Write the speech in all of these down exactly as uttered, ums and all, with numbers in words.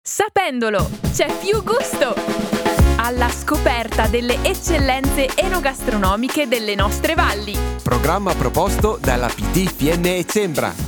Sapendolo, c'è più gusto! Alla scoperta delle eccellenze enogastronomiche delle nostre valli. Programma proposto dalla P D Fiemme e Cembra.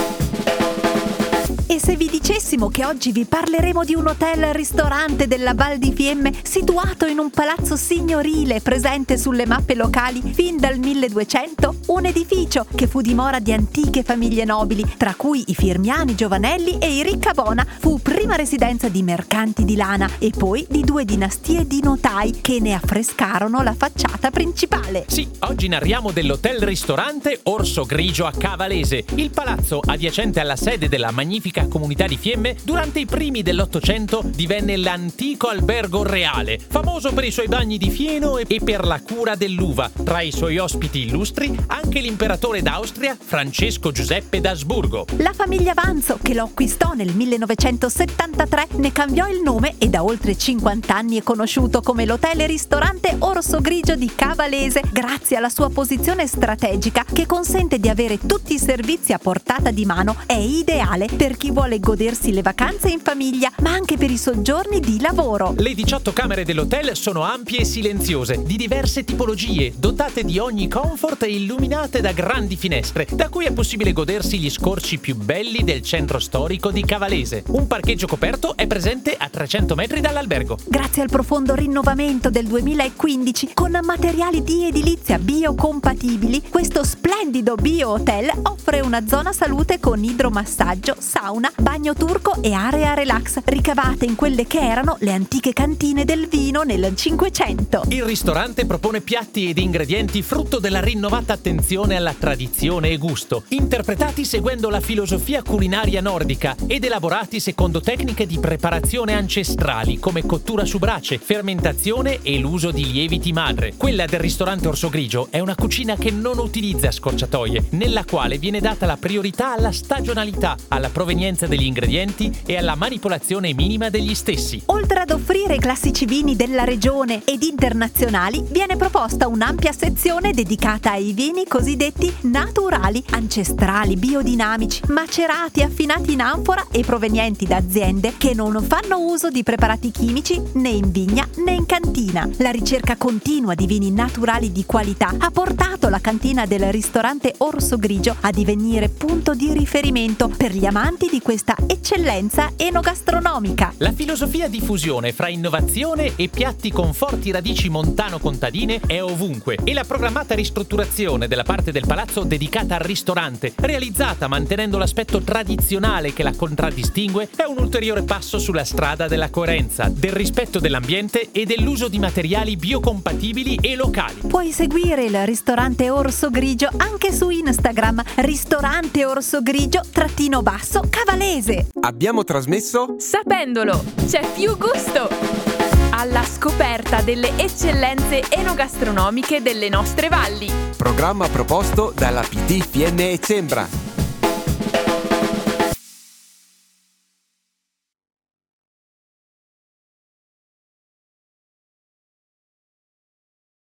E se vi dicessimo che oggi vi parleremo di un hotel-ristorante della Val di Fiemme situato in un palazzo signorile presente sulle mappe locali fin dal milleduecento? Un edificio che fu dimora di antiche famiglie nobili, tra cui i Firmiani Giovanelli e i Riccabona, fu prima residenza di mercanti di lana e poi di due dinastie di notai che ne affrescarono la facciata principale. Sì, oggi narriamo dell'hotel-ristorante Orso Grigio a Cavalese, il palazzo adiacente alla sede della magnifica comunità di Fiemme. Durante i primi dell'Ottocento divenne l'antico albergo reale, famoso per i suoi bagni di fieno e per la cura dell'uva. Tra i suoi ospiti illustri anche l'imperatore d'Austria Francesco Giuseppe d'Asburgo. La famiglia Vanzo, che lo acquistò nel millenovecentosettantatré, ne cambiò il nome e da oltre cinquanta anni è conosciuto come l'hotel e ristorante Orso Grigio di Cavalese, grazie alla sua posizione strategica che consente di avere tutti i servizi a portata di mano. È ideale per chi vuole godersi le vacanze in famiglia, ma anche per i soggiorni di lavoro. Le diciotto camere dell'hotel sono ampie e silenziose, di diverse tipologie, dotate di ogni comfort e illuminate da grandi finestre, da cui è possibile godersi gli scorci più belli del centro storico di Cavalese. Un parcheggio coperto è presente a trecento metri dall'albergo. Grazie al profondo rinnovamento del duemilaquindici, con materiali di edilizia biocompatibili, questo splendido bio-hotel offre una zona salute con idromassaggio, sauna, bagno turco e area relax, ricavate in quelle che erano le antiche cantine del vino nel Cinquecento. Il ristorante propone piatti ed ingredienti frutto della rinnovata attenzione alla tradizione e gusto, interpretati seguendo la filosofia culinaria nordica ed elaborati secondo tecniche di preparazione ancestrali come cottura su brace, fermentazione e l'uso di lieviti madre. Quella del ristorante Orso Grigio è una cucina che non utilizza scorciatoie, nella quale viene data la priorità alla stagionalità, alla provenienza degli ingredienti e alla manipolazione minima degli stessi. Oltre ad offrire i classici vini della regione ed internazionali, viene proposta un'ampia sezione dedicata ai vini cosiddetti naturali, ancestrali, biodinamici, macerati, affinati in anfora e provenienti da aziende che non fanno uso di preparati chimici né in vigna né in cantina. La ricerca continua di vini naturali di qualità ha portato la cantina del ristorante Orso Grigio a divenire punto di riferimento per gli amanti di questa eccellenza enogastronomica. La filosofia di fusione fra innovazione e piatti con forti radici montano-contadine è ovunque, e la programmata ristrutturazione della parte del palazzo dedicata al ristorante, realizzata mantenendo l'aspetto tradizionale che la contraddistingue, è un ulteriore passo sulla strada della coerenza, del rispetto dell'ambiente e dell'uso di materiali biocompatibili e locali. Puoi seguire il ristorante Orso Grigio anche su Instagram, ristorante Orso Grigio trattino basso Cavalese. Abbiamo trasmesso Sapendolo, c'è più gusto! Alla scoperta delle eccellenze enogastronomiche delle nostre valli. Programma proposto dalla P D Fiemme e Cembra.